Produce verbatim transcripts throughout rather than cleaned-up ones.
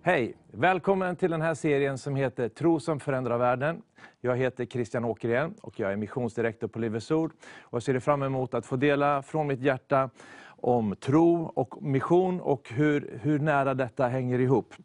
Hej! Välkommen till den här serien som heter Tro som förändrar världen. Jag heter Christian Åkerén och jag är missionsdirektor på Livets Ord. Och jag ser fram emot att få dela från mitt hjärta om tro och mission och hur, hur nära detta hänger ihop.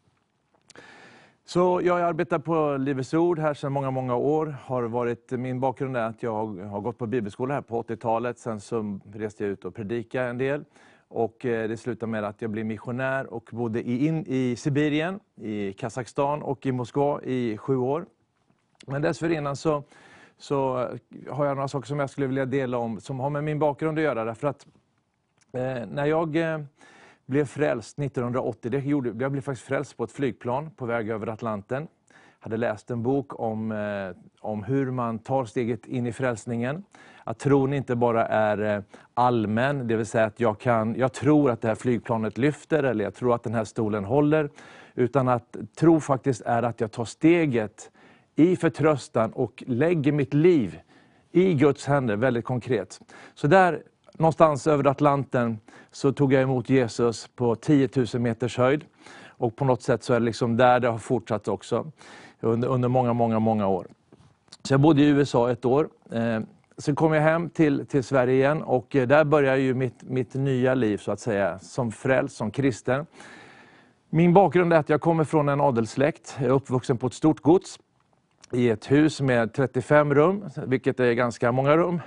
Så jag arbetar på Livets Ord här sedan många, många år. Har varit, min bakgrund är att jag har gått på bibelskola här på åttiotalet. Sen så reste jag ut och predikade en del. Och det slutade med att jag blev missionär och bodde i, in, i Sibirien, i Kazakstan och i Moskva i sju år. Men dessförinnan så, så har jag några saker som jag skulle vilja dela om som har med min bakgrund att göra. Därför att eh, när jag eh, blev frälst nittonhundraåttio, det gjorde, jag blev faktiskt frälst på ett flygplan på väg över Atlanten. Hade läst en bok om, eh, om hur man tar steget in i frälsningen. Att tron inte bara är eh, allmän, det vill säga att jag, kan, jag tror att det här flygplanet lyfter eller jag tror att den här stolen håller. Utan att tro faktiskt är att jag tar steget i förtröstan och lägger mitt liv i Guds händer väldigt konkret. Så där någonstans över Atlanten så tog jag emot Jesus på tio tusen meters höjd. Och på något sätt så är det liksom där det har fortsatt också. Under, under många, många, många år. Så jag bodde i U S A ett år. Eh, sen kom jag hem till, till Sverige igen. Och eh, där började ju mitt, mitt nya liv så att säga. Som frälst, som kristen. Min bakgrund är att jag kommer från en adelssläkt. Jag är uppvuxen på ett stort gods. I ett hus med trettiofem rum. Vilket är ganska många rum.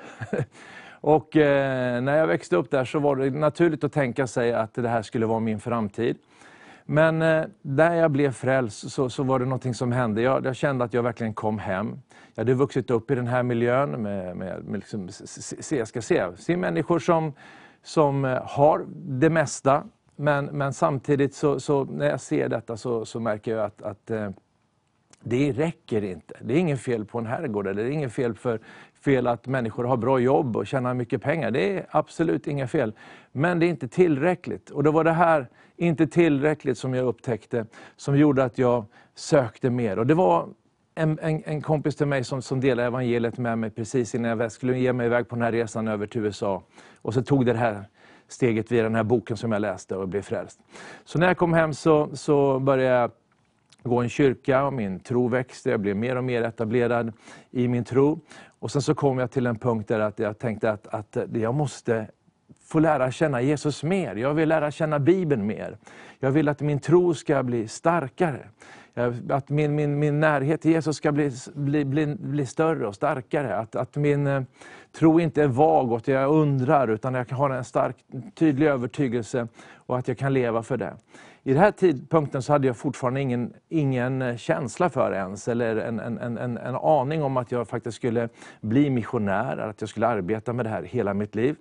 Och eh, när jag växte upp där så var det naturligt att tänka sig att det här skulle vara min framtid. Men eh, där jag blev frälst så, så var det någonting som hände. Jag, jag kände att jag verkligen kom hem. Jag hade vuxit upp i den här miljön med, med, med liksom, se, jag ska se, se människor som, som har det mesta. Men, men samtidigt så, så när jag ser detta så, så märker jag att, att eh, det räcker inte. Det är ingen fel på en herrgård. Eller det är ingen fel för fel att människor har bra jobb och tjänar mycket pengar. Det är absolut inga fel. Men det är inte tillräckligt. Och då var det här inte tillräckligt som jag upptäckte. Som gjorde att jag sökte mer. Och det var en, en, en kompis till mig som, som delade evangeliet med mig precis innan jag skulle ge mig iväg på den här resan över till U S A. Och så tog det här steget via den här boken som jag läste och blev frälst. Så när jag kom hem så, så började jag gå i en kyrka och min tro växte. Jag blev mer och mer etablerad i min tro. Och sen så kom jag till en punkt där att jag tänkte att, att jag måste få lära känna Jesus mer. Jag vill lära känna Bibeln mer. Jag vill att min tro ska bli starkare. Att min, min, min närhet till Jesus ska bli, bli, bli, bli större och starkare. Att, att min eh, tro inte är vag och att jag undrar utan jag har en stark, tydlig övertygelse och att jag kan leva för det. I den här tidpunkten så hade jag fortfarande ingen, ingen känsla för ens. Eller en, en, en, en, en aning om att jag faktiskt skulle bli missionär. Att jag skulle arbeta med det här hela mitt liv.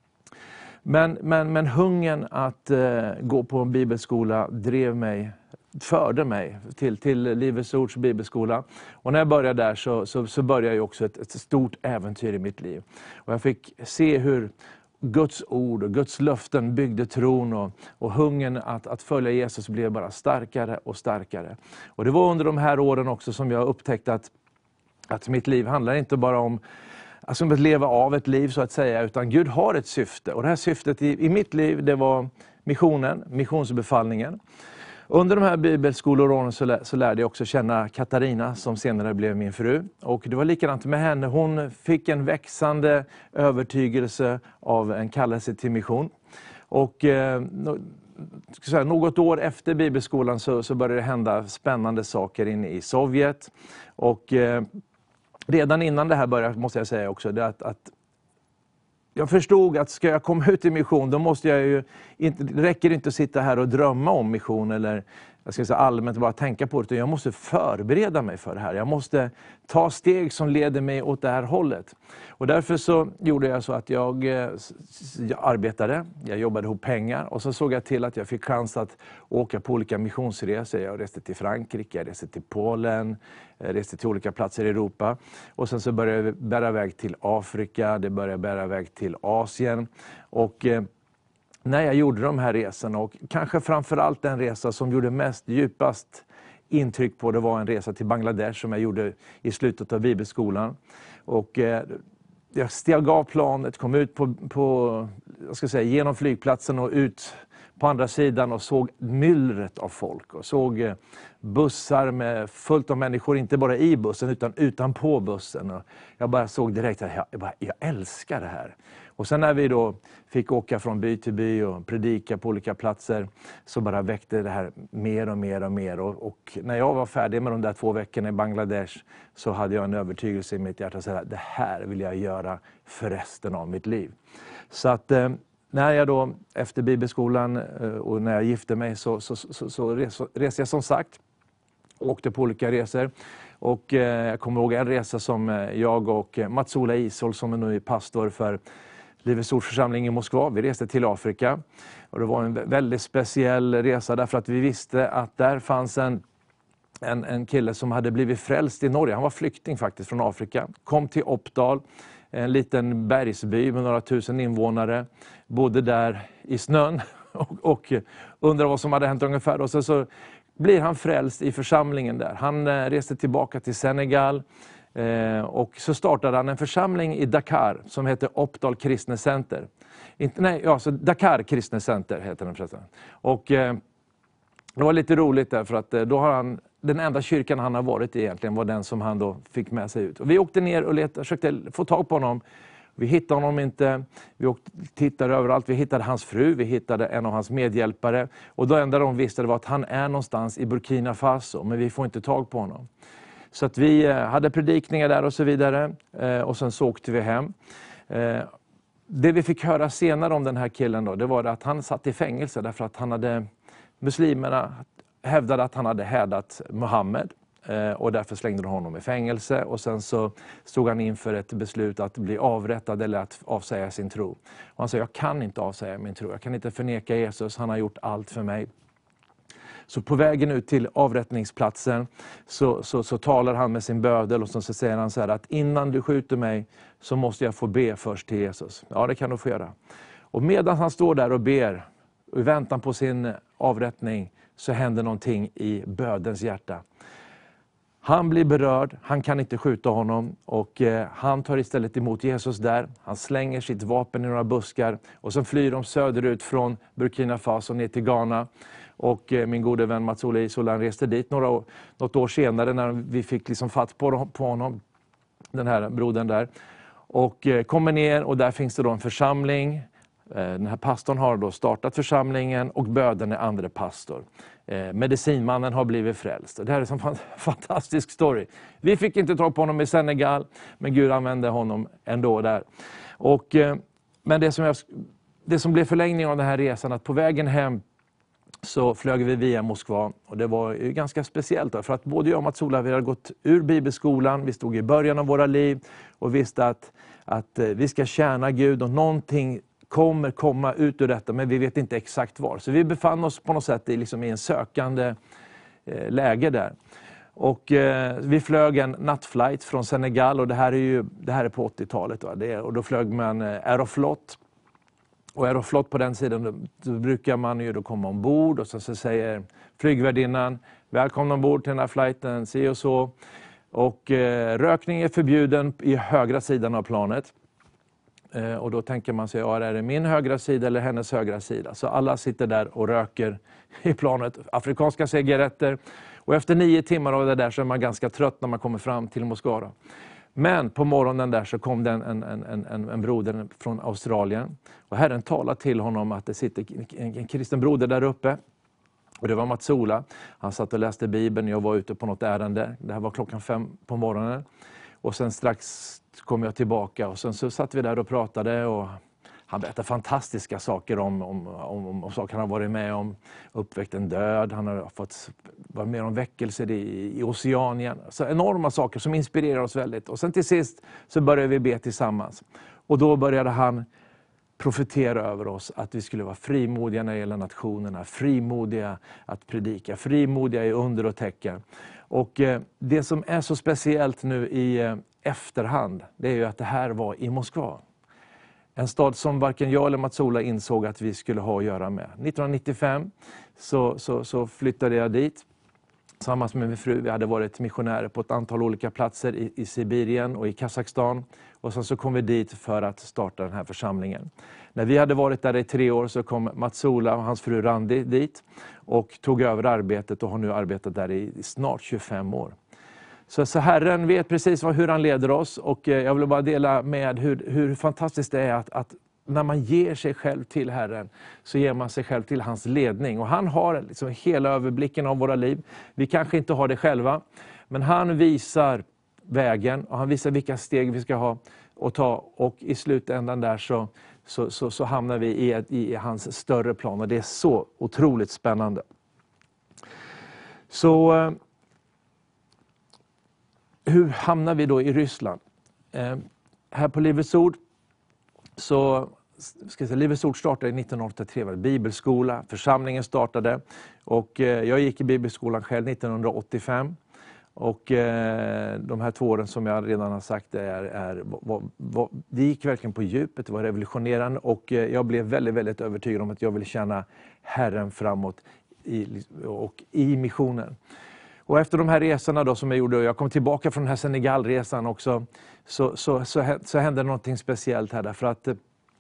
Men, men, men hungern att eh, gå på en bibelskola drev mig, förde mig till, till Livets Ords bibelskola. Och när jag började där så, så, så började jag också ett, ett stort äventyr i mitt liv. Och jag fick se hur Guds ord och Guds löften byggde tron och, och hungern att, att följa Jesus blev bara starkare och starkare. Och det var under de här åren också som jag upptäckte att, att mitt liv handlar inte bara om alltså att leva av ett liv så att säga, utan Gud har ett syfte. Och det här syftet i, i mitt liv, det var missionen, missionsbefallningen. Under de här bibelskoleåren så, lär, så lärde jag också känna Katarina som senare blev min fru. Och det var likadant med henne. Hon fick en växande övertygelse av en kallelse till mission. Och eh, säga, något år efter bibelskolan så, så började det hända spännande saker inne i Sovjet. Och eh, redan innan det här började måste jag säga också det att, att jag förstod att ska jag komma ut i mission då måste jag ju inte, det räcker inte att sitta här och drömma om mission eller jag ska säga allmänt bara tänka på det. Jag måste förbereda mig för det här. Jag måste ta steg som leder mig åt det här hållet. Och därför så gjorde jag så att jag, jag arbetade, jag jobbade ihop pengar och så såg jag till att jag fick chans att åka på olika missionsresor. Jag reste till Frankrike, jag reste till Polen, jag reste till olika platser i Europa. Och sen så började jag bära iväg till Afrika, det började bära iväg till Asien. Och när jag gjorde de här resorna och kanske framförallt den resa som gjorde mest djupast intryck på det var en resa till Bangladesh som jag gjorde i slutet av bibelskolan. Och eh, jag steg av planet, kom ut på, på jag ska säga, genom flygplatsen och ut på andra sidan och såg myllret av folk. Och såg eh, bussar med fullt av människor, inte bara i bussen utan utanpå bussen. Och jag bara såg direkt att jag, jag, bara, jag älskar det här. Och sen när vi då fick åka från by till by och predika på olika platser, så bara väckte det här mer och mer och mer. Och, och när jag var färdig med de där två veckorna i Bangladesh, så hade jag en övertygelse i mitt hjärta att säga, det här vill jag göra för resten av mitt liv. Så att eh, när jag då efter bibelskolan eh, och när jag gifte mig, så, så, så, så res, reste jag som sagt. Åkte på olika resor. Och eh, jag kommer ihåg en resa som eh, jag och eh, Mats-Ola Ishol, som är nu är pastor för Livets Ords församling i Moskva. Vi reste till Afrika. Och det var en väldigt speciell resa, därför att vi visste att där fanns en, en, en kille som hade blivit frälst i Norge. Han var flykting faktiskt från Afrika. Kom till Oppdal, en liten bergsby med några tusen invånare. Bodde där i snön och, och undrade vad som hade hänt ungefär. Och så, så blir han frälst i församlingen där. Han eh, reste tillbaka till Senegal. Eh, och så startade han en församling i Dakar som heter Oppdal Kristne Center. Inte, nej, ja, så Dakar Kristne Center heter den förresten. Och eh, det var lite roligt där, för att eh, då har han, den enda kyrkan han har varit i egentligen var den som han då fick med sig ut. Och vi åkte ner och letade, försökte få tag på honom. Vi hittade honom inte, vi åkte, tittade överallt, vi hittade hans fru, vi hittade en av hans medhjälpare. Och då enda de visste det var att han är någonstans i Burkina Faso, men vi får inte tag på honom. Så att vi hade predikningar där och så vidare, och sen så åkte vi hem. Det vi fick höra senare om den här killen då, det var att han satt i fängelse därför att han hade, muslimerna hävdade att han hade härdat Muhammed. Och därför slängde de honom i fängelse, och sen så stod han inför ett beslut att bli avrättad eller att avsäga sin tro. Och han sa, jag kan inte avsäga min tro, jag kan inte förneka Jesus, han har gjort allt för mig. Så på vägen ut till avrättningsplatsen så, så, så talar han med sin bödel, och så, så säger han så här att innan du skjuter mig så måste jag få be först till Jesus. Ja, det kan du få göra. Och medan han står där och ber, i väntan på sin avrättning, så händer någonting i bödelns hjärta. Han blir berörd, han kan inte skjuta honom, och eh, han tar istället emot Jesus där. Han slänger sitt vapen i några buskar, och så flyr de söderut från Burkina Faso ner till Ghana. Och eh, min gode vän Mats-Ola Ishol reste dit några år, något år senare när vi fick liksom fatt på, på honom, den här brodern där. Och eh, kommer ner, och där finns det då en församling. Den här pastorn har då startat församlingen, och böden är andre pastor. Eh, medicinmannen har blivit frälst. Det här är en fan, fantastisk story. Vi fick inte tag på honom i Senegal, men Gud använde honom ändå där. Och, eh, men det som, jag, det som blev förlängning av den här resan, att på vägen hem så flög vi via Moskva. Och det var ju ganska speciellt då, för att både jag och Mats-Ola, vi hade gått ur bibelskolan, vi stod i början av våra liv och visste att, att eh, vi ska tjäna Gud, och någonting kommer komma ut ur detta, men vi vet inte exakt var. Så vi befann oss på något sätt i, liksom i en sökande eh, läge där. Och eh, vi flög en nattflight från Senegal, och det här är ju det här är på åttiotalet va? Det, och då flög man eh, Aeroflot. Och Aeroflot på den sidan, då, då brukar man ju då komma ombord, och så, så säger flygvärdinnan, välkomna ombord till den här flighten, si och så. Och eh, rökning är förbjuden i högra sidan av planet. Och då tänker man sig, ja, är det min högra sida eller hennes högra sida? Så alla sitter där och röker i planet, afrikanska cigaretter. Och efter nio timmar av det där så är man ganska trött när man kommer fram till Moskva. Men på morgonen där så kom det en, en, en, en, en broder från Australien. Och Herren talade till honom att det sitter en, en kristen broder där uppe. Och det var Mats-Ola. Han satt och läste Bibeln, jag var ute på något ärende. Det här var klockan fem på morgonen. Och sen strax kom jag tillbaka, och sen så satt vi där och pratade, och han berättade fantastiska saker om, om, om, om saker han har varit med om. Uppväckt en död, han har fått vara med om väckelser i, i Oceanien. Så enorma saker som inspirerar oss väldigt. Och sen till sist så började vi be tillsammans. Och då började han profetera över oss att vi skulle vara frimodiga när det gäller nationerna. Frimodiga att predika, frimodiga i under och tecken. Och eh, det som är så speciellt nu i eh, efterhand, det är ju att det här var i Moskva. En stad som varken jag eller Mats-Ola insåg att vi skulle ha att göra med. nittonhundranittiofem så, så, så flyttade jag dit. tillsammans med min fru. Vi hade varit missionärer på ett antal olika platser i, i Sibirien och i Kazakstan. Och sen så kom vi dit för att starta den här församlingen. När vi hade varit där i tre år så kom Mats-Ola och hans fru Randi dit. Och tog över arbetet och har nu arbetat där i, i snart tjugofem år. Så, så Herren vet precis vad, hur han leder oss. Och jag vill bara dela med hur, hur fantastiskt det är att, att när man ger sig själv till Herren så ger man sig själv till hans ledning. Och han har liksom hela överblicken av våra liv. Vi kanske inte har det själva. Men han visar vägen och han visar vilka steg vi ska ha och ta. Och i slutändan där så, så, så, så hamnar vi i, ett, i hans större plan. Och det är så otroligt spännande. Så hur hamnar vi då i Ryssland? Eh, här på Livets Ord så ska jag säga, Livets Ord startade i nittonhundraåttiotre, var det bibelskola, församlingen startade och eh, jag gick i bibelskolan själv nittonhundraåttiofem och eh, de här två åren som jag redan har sagt är, är var, var, det gick verkligen på djupet, det var revolutionerande och eh, jag blev väldigt, väldigt övertygad om att jag ville tjäna Herren framåt i, och i missionen. Och efter de här resorna då som jag gjorde, och jag kom tillbaka från den här Senegalresan också, så, så, så, så hände någonting speciellt här. Därför att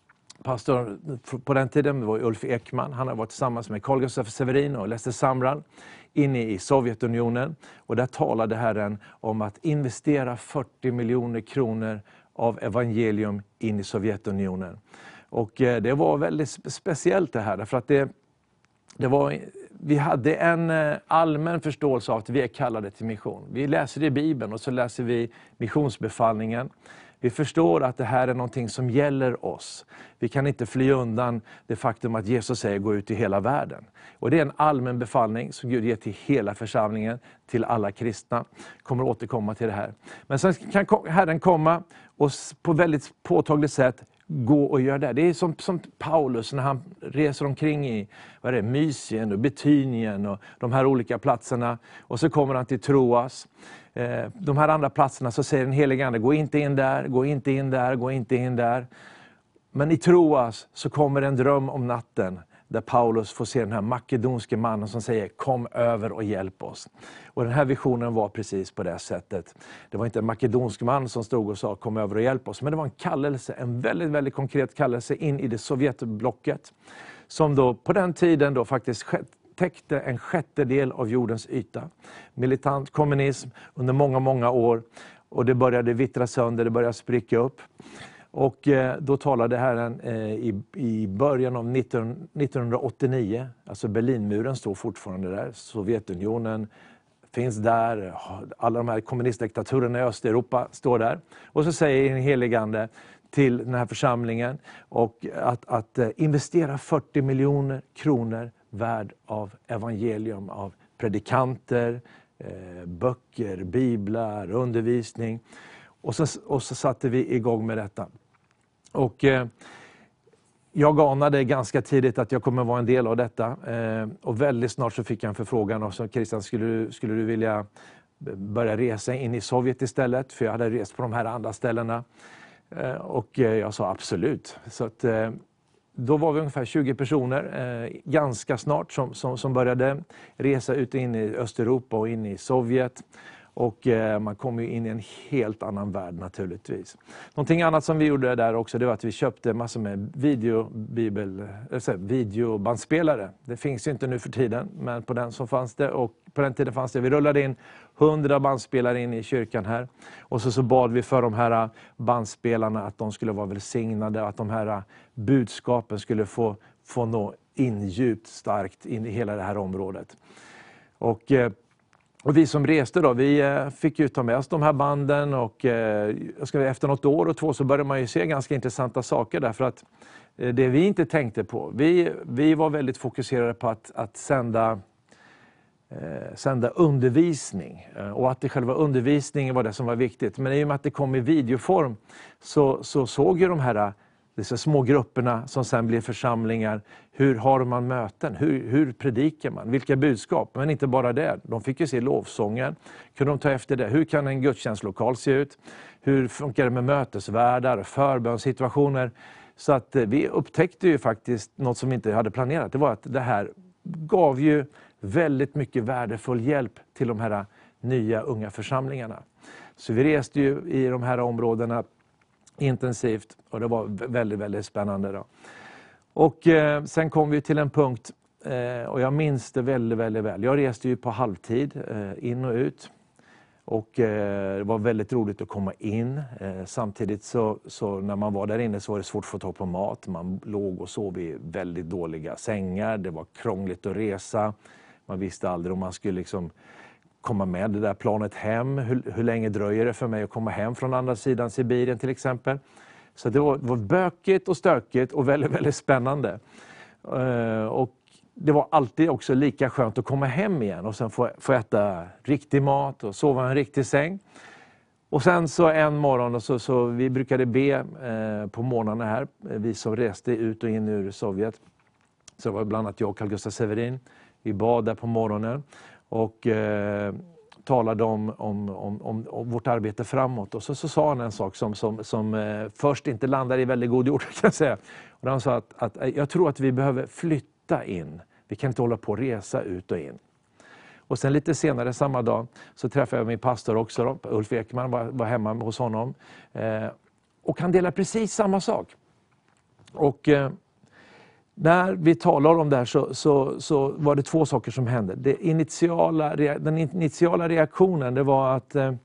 pastor på den tiden var Ulf Ekman, han har varit tillsammans med Carl Gustaf Severin och Lester Samran inne i Sovjetunionen. Och där talade Herren om att investera fyrtio miljoner kronor av evangelium in i Sovjetunionen. Och det var väldigt speciellt det här, därför att det, det var... Vi hade en allmän förståelse av att vi är kallade till mission. Vi läser i Bibeln och så läser vi missionsbefallningen. Vi förstår att det här är någonting som gäller oss. Vi kan inte fly undan det faktum att Jesus säger gå ut i hela världen. Och det är en allmän befallning som Gud ger till hela församlingen, till alla kristna. Kommer återkomma till det här. Men sen kan Herren komma och på väldigt påtagligt sätt gå och göra det. Det är som, som Paulus när han reser omkring i vad är det, Mysien och Betynien och de här olika platserna. Och så kommer han till Troas. Eh, de här andra platserna så säger den helige Ande, gå inte in där, gå inte in där, gå inte in där. Men i Troas så kommer en dröm om natten. Där Paulus får se den här makedonske mannen som säger kom över och hjälp oss. Och den här visionen var precis på det sättet. Det var inte en makedonsk man som stod och sa kom över och hjälp oss. Men det var en kallelse, en väldigt, väldigt konkret kallelse in i det Sovjetblocket. Som då på den tiden då faktiskt täckte en sjättedel av jordens yta. Militant kommunism under många, många år. Och det började vittra sönder, det började spricka upp. Och då talade Herren i, i början av nitton, nittonhundraåttionio, alltså Berlinmuren står fortfarande där, Sovjetunionen finns där, alla de här kommunistdiktaturerna i Östeuropa står där. Och så säger en helige Ande till den här församlingen och att, att investera fyrtio miljoner kronor värd av evangelium, av predikanter, böcker, biblar, undervisning. Och så, och så satte vi igång med detta. Och eh, jag anade ganska tidigt att jag kommer vara en del av detta. Eh, och väldigt snart så fick jag en förfrågan. Och så, Christian, skulle du, skulle du vilja börja resa in i Sovjet istället? För jag hade rest på de här andra ställena. Eh, och eh, jag sa absolut. Så att, eh, då var vi ungefär tjugo personer eh, ganska snart som, som, som började resa ut in i Östeuropa och in i Sovjet. Och eh, man kom ju in i en helt annan värld naturligtvis. Någonting annat som vi gjorde där också, det var att vi köpte massor med videobibel, alltså videobandspelare. Det finns ju inte nu för tiden, men på den som fanns det. Och på den tiden fanns det. Vi rullade in hundra bandspelare in i kyrkan här. Och så, så bad vi för de här bandspelarna att de skulle vara välsignade. Att de här budskapen skulle få, få nå in djupt starkt in i hela det här området. Och... Eh, Och vi som reste då, vi fick ju ta med oss de här banden och eh, efter något år och två så började man ju se ganska intressanta saker därför att eh, det vi inte tänkte på, vi, vi var väldigt fokuserade på att, att sända, eh, sända undervisning eh, och att det själva undervisningen var det som var viktigt. Men i och med att det kom i videoform så, så såg ju de här dessa små grupperna som sen blir församlingar. Hur har man möten? Hur, hur predikar man? Vilka budskap? Men inte bara det. De fick ju se lovsången. Kunde de ta efter det? Hur kan en gudstjänstlokal se ut? Hur funkar det med mötesvärdar, förbönssituationer? Så att vi upptäckte ju faktiskt något som vi inte hade planerat. Det var att det här gav ju väldigt mycket värdefull hjälp till de här nya unga församlingarna. Så vi reste ju i de här områdena intensivt och det var väldigt, väldigt spännande då. Och eh, sen kom vi till en punkt eh, och jag minns det väldigt, väldigt väl. Jag reste ju på halvtid eh, in och ut. Och eh, det var väldigt roligt att komma in. Eh, samtidigt så, så när man var där inne så var det svårt att få tag på mat. Man låg och sov i väldigt dåliga sängar. Det var krångligt att resa. Man visste aldrig om man skulle liksom komma med det där planet hem. Hur, hur länge dröjer det för mig att komma hem från andra sidan Sibirien till exempel. Så det var, det var bökigt och stökigt och väldigt, väldigt spännande. Eh, och det var alltid också lika skönt att komma hem igen och sen få, få äta riktig mat och sova i en riktig säng. Och sen så en morgon, så, så vi brukade be eh, på morgnarna här, vi som reste ut och in ur Sovjet. Så det var bland annat jag och Carl Gustaf Severin. Vi bad där på morgonen och eh, talade om, om, om, om, om vårt arbete framåt. Och så, så sa han en sak som, som, som eh, först inte landade i väldigt god jord, kan jag säga. Och han sa att, att jag tror att vi behöver flytta in. Vi kan inte hålla på att resa ut och in. Och sen lite senare samma dag så träffade jag min pastor också. Då. Ulf Ekman var, var hemma hos honom. Eh, och han delar precis samma sak. Och eh, när vi talar om det här så, så, så var det två saker som hände. Det initiala, den initiala reaktionen det var att, eh,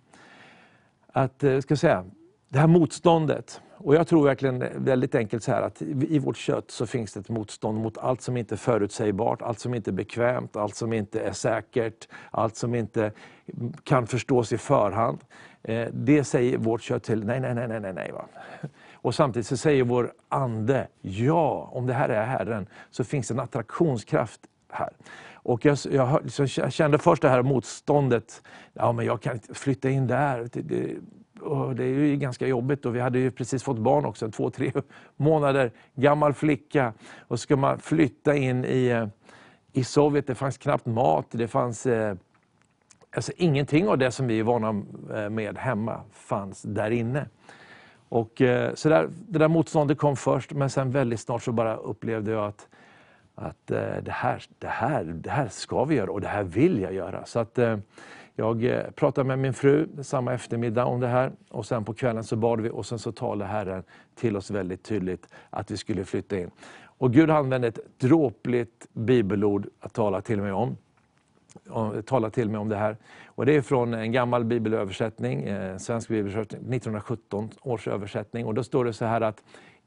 att ska jag säga, det här motståndet. Och jag tror verkligen väldigt enkelt så här att i vårt kött så finns det ett motstånd mot allt som inte är förutsägbart, allt som inte är bekvämt, allt som inte är säkert, allt som inte kan förstås i förhand. Det säger vårt kött till nej, nej, nej, nej, nej, nej va. Och samtidigt så säger vår ande, ja, om det här är Herren så finns det en attraktionskraft här. Och jag, jag, jag kände först det här motståndet, ja men jag kan inte flytta in där, det, det, och det är ju ganska jobbigt och vi hade ju precis fått barn också, en två, tre månader gammal flicka. Och ska man flytta in i, i Sovjet, det fanns knappt mat, det fanns eh, alltså ingenting av det som vi är vana med hemma fanns där inne. Och eh, så där, det där motståndet kom först, men sen väldigt snart så bara upplevde jag att, att eh, det, här, det, här, det här ska vi göra och det här vill jag göra. Så att eh, jag pratade med min fru samma eftermiddag om det här och sen på kvällen så bad vi och sen så talade Herren till oss väldigt tydligt att vi skulle flytta in. Och Gud använde ett dråpligt bibelord att tala till mig om. Tala till mig om det här. Och det är från en gammal bibelöversättning, en svensk bibelöversättning, nittonhundrasjutton års översättning. Och då står det så här att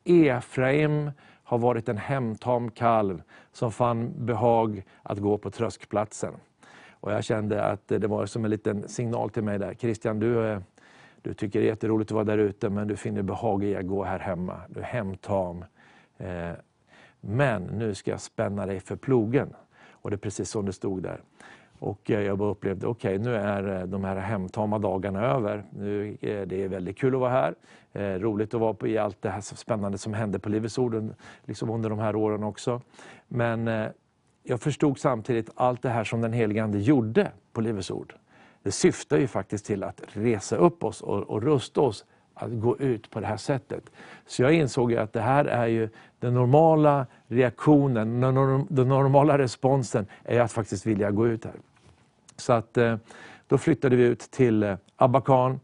Efraim har varit en hemtam kalv som fann behag att gå på tröskplatsen. Och jag kände att det var som en liten signal till mig där. Christian, du, du tycker det är jätteroligt att vara där ute, men du finner behag i att gå här hemma. Du är hemtam. Eh, men nu ska jag spänna dig för plogen. Och det är precis som det stod där. Och jag bara upplevde, okej, okay, nu är de här hemtama dagarna över. Nu är det väldigt kul att vara här. Eh, roligt att vara på i allt det här spännande som hände på Livets Ord liksom under de här åren också. Men eh, jag förstod samtidigt allt det här som den helige Ande gjorde på Livets Ord. Det syftar ju faktiskt till att resa upp oss och, och rusta oss att gå ut på det här sättet. Så jag insåg ju att det här är ju den normala reaktionen, den normala responsen är att faktiskt vilja gå ut här. Så att då flyttade vi ut till Abakan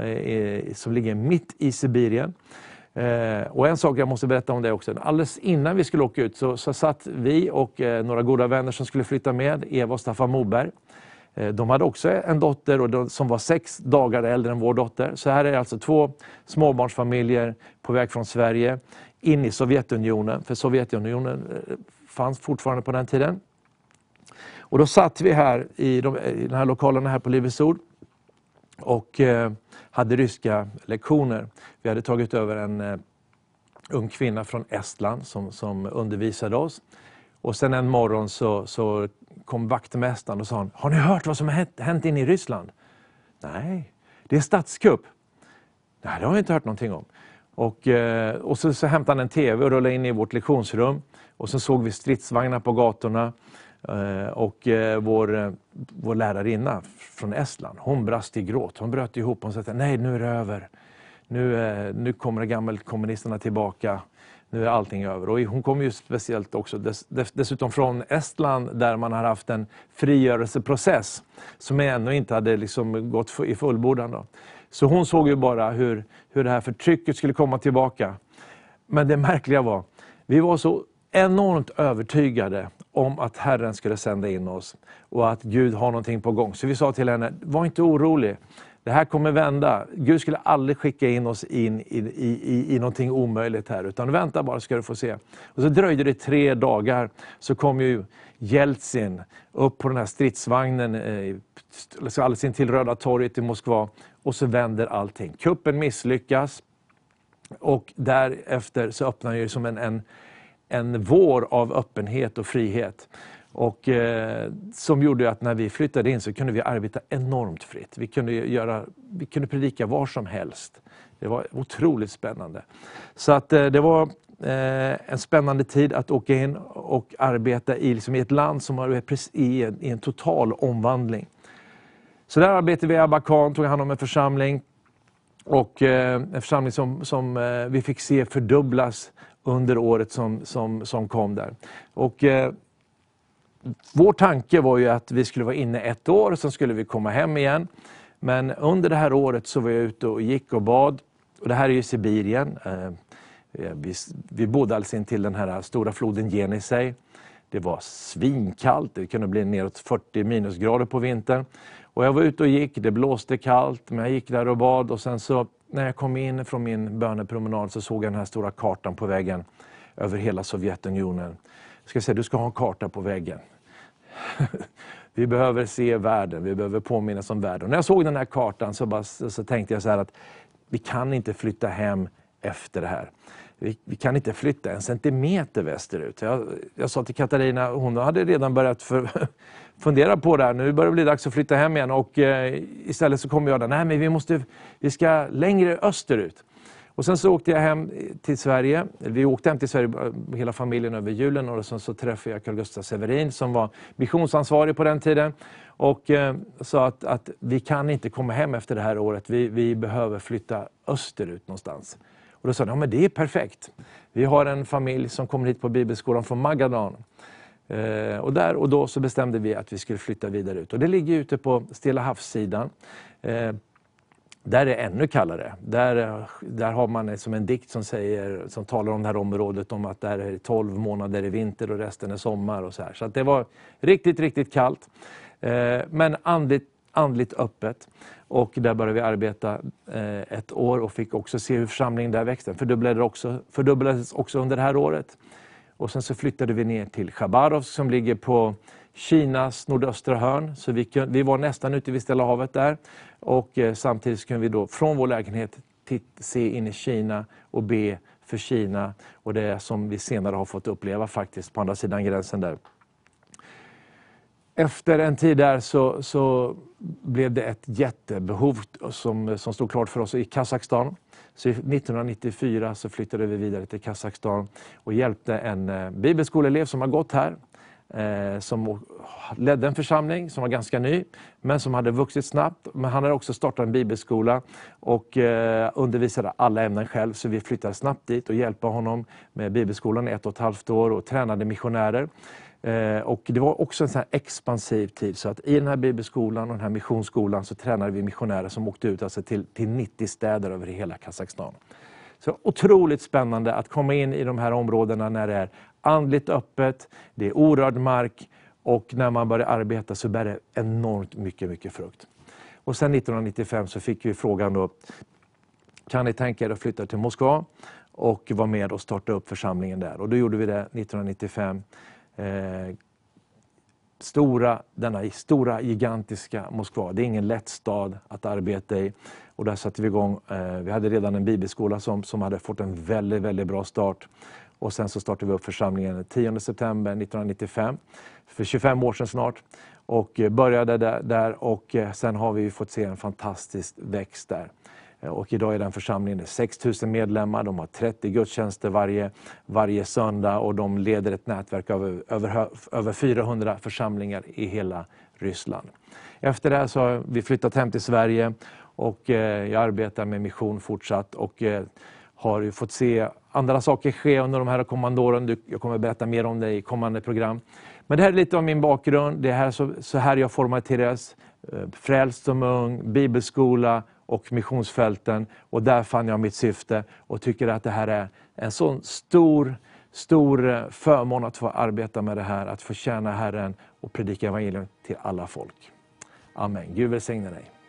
som ligger mitt i Sibirien. Och en sak jag måste berätta om det också. Alldeles innan vi skulle åka ut så, så satt vi och några goda vänner som skulle flytta med, Eva och Staffan Moberg. De hade också en dotter och de, som var sex dagar äldre än vår dotter. Så här är alltså två småbarnsfamiljer på väg från Sverige in i Sovjetunionen. För Sovjetunionen fanns fortfarande på den tiden. Och då satt vi här i de, i de här lokalerna här på Livets Ord och eh, hade ryska lektioner. Vi hade tagit över en eh, ung kvinna från Estland som, som undervisade oss. Och sen en morgon så, så kom vaktmästaren och sa, har ni hört vad som har hänt, hänt in i Ryssland? Nej, det är statskupp. Nej, det har vi inte hört någonting om. Och, och så, så hämtade han en tv och rullade in i vårt lektionsrum. Och så såg vi stridsvagnar på gatorna. Och vår, vår lärarinna från Estland, hon brast i gråt. Hon bröt ihop och sa, nej nu är det över. Nu, nu kommer gammelkommunisterna tillbaka. nu är allting över. Och hon kom ju speciellt också dess, dessutom från Estland, där man har haft en frigörelseprocess som ännu inte hade liksom gått i fullbordan då. Så hon såg ju bara hur, hur det här förtrycket skulle komma tillbaka. Men det märkliga var, vi var så enormt övertygade om att Herren skulle sända in oss och att Gud har någonting på gång. Så vi sa till henne, var inte orolig. Det här kommer vända. Gud skulle aldrig skicka in oss in i, i, i, i någonting omöjligt här. Utan vänta bara, ska du få se. Och så dröjde det tre dagar. Så kom ju Jeltsin upp på den här stridsvagnen. Eh, alldeles in till Röda torget i Moskva. Och så vänder allting. Kuppen misslyckas. Och därefter så öppnar ju som en, en, en vår av öppenhet och frihet. Och eh, som gjorde att när vi flyttade in så kunde vi arbeta enormt fritt. Vi kunde, göra, vi kunde predika var som helst. Det var otroligt spännande. Så att eh, det var eh, en spännande tid att åka in och arbeta i, liksom, i ett land som var i en, i en total omvandling. Så där arbetade vi i Abakan, tog hand om en församling. Och eh, en församling som, som eh, vi fick se fördubblas under året som, som, som kom där. Och eh, vår tanke var ju att vi skulle vara inne ett år och sen skulle vi komma hem igen. Men under det här året så var jag ute och gick och bad. Och det här är ju Sibirien. Eh, vi, vi bodde alltså in till den här stora floden Jenisej. Det var svinkallt, det kunde bli neråt fyrtio minusgrader på vintern. Och jag var ute och gick, det blåste kallt, men jag gick där och bad. Och sen så när jag kom in från min bönepromenad så såg jag den här stora kartan på väggen över hela Sovjetunionen. Jag ska säga, du ska ha en karta på väggen. Vi behöver se världen, vi behöver påminnas om världen. Och när jag såg den här kartan så, bara, så tänkte jag så här att vi kan inte flytta hem efter det här. Vi, vi kan inte flytta en centimeter västerut. Jag, jag sa till Katarina, hon hade redan börjat för, fundera på det här. Nu börjar det bli dags att flytta hem igen. Och eh, istället så kommer jag där, nej men vi, måste, vi ska längre österut. Och sen så åkte jag hem till Sverige. Vi åkte hem till Sverige, hela familjen, över julen. Och sen så träffade jag Carl Gustaf Severin som var missionsansvarig på den tiden. Och eh, sa att, att vi kan inte komma hem efter det här året. Vi, vi behöver flytta österut någonstans. Och då sa de, ja men det är perfekt. Vi har en familj som kommer hit på bibelskolan från Magadan. Eh, och där och då så bestämde vi att vi skulle flytta vidare ut. Och det ligger ute på Stilla havssidan. Eh, där är det ännu kallare. Där, där har man som en dikt som, säger, som talar om det här området. Om att där är tolv månader i vinter och resten är sommar och så här. Så att det var riktigt, riktigt kallt. Eh, men andligt, andligt öppet. Och där började vi arbeta eh, ett år och fick också se hur församlingen där växte. Fördubblades också, fördubblades också under det här året. Och sen så flyttade vi ner till Chabarovsk som ligger på Kinas nordöstra hörn. Så vi, kunde, vi var nästan ute vid Stilla havet där. Och eh, samtidigt kunde vi då från vår lägenhet titt, se in i Kina och be för Kina. Och det som vi senare har fått uppleva faktiskt på andra sidan gränsen där. Efter en tid där så, så blev det ett jättebehov som, som stod klart för oss i Kazakstan. Så nittonhundranittiofyra så flyttade vi vidare till Kazakstan och hjälpte en eh, bibelskoleelev som har gått här. Eh, som ledde en församling som var ganska ny men som hade vuxit snabbt. Men han hade också startat en bibelskola och eh, undervisade alla ämnen själv. Så vi flyttade snabbt dit och hjälpte honom med bibelskolan i ett och ett halvt år och tränade missionärer. Eh, och det var också en sån här expansiv tid så att i den här bibelskolan och den här missionsskolan så tränade vi missionärer som åkte ut alltså till, till nittio städer över hela Kazakstan. Så otroligt spännande att komma in i de här områdena när det är andligt öppet, det är orörd mark och när man börjar arbeta så bär det enormt mycket, mycket frukt. Och sen nittonhundranittiofem så fick vi frågan då, kan ni tänka er att flytta till Moskva och vara med och starta upp församlingen där? Och då gjorde vi det nittonhundranittiofem. Eh, stora, denna stora gigantiska Moskva. Det är ingen lätt stad att arbeta i. Och där satte vi igång. Eh, vi hade redan en bibelskola som, som hade fått en väldigt, väldigt bra start. Och sen så startade vi upp församlingen den tionde september nittonhundranittiofem. För tjugofem år sedan snart. Och började där, där och sen har vi fått se en fantastisk växt där. Och idag är den församlingen sex tusen medlemmar, de har trettio gudstjänster varje, varje söndag och de leder ett nätverk av över, över fyrahundra församlingar i hela Ryssland. Efter det här så har vi flyttat hem till Sverige och jag arbetar med mission fortsatt och har ju fått se andra saker ske under de här kommande åren. Jag kommer att berätta mer om det i kommande program. Men det här är lite av min bakgrund. Det är så, så här jag formaterades. Frälst som ung, bibelskola och missionsfälten. Och där fann jag mitt syfte och tycker att det här är en sån stor, stor förmån att få arbeta med det här. Att få tjäna Herren och predika evangelium till alla folk. Amen. Gud välsigne dig.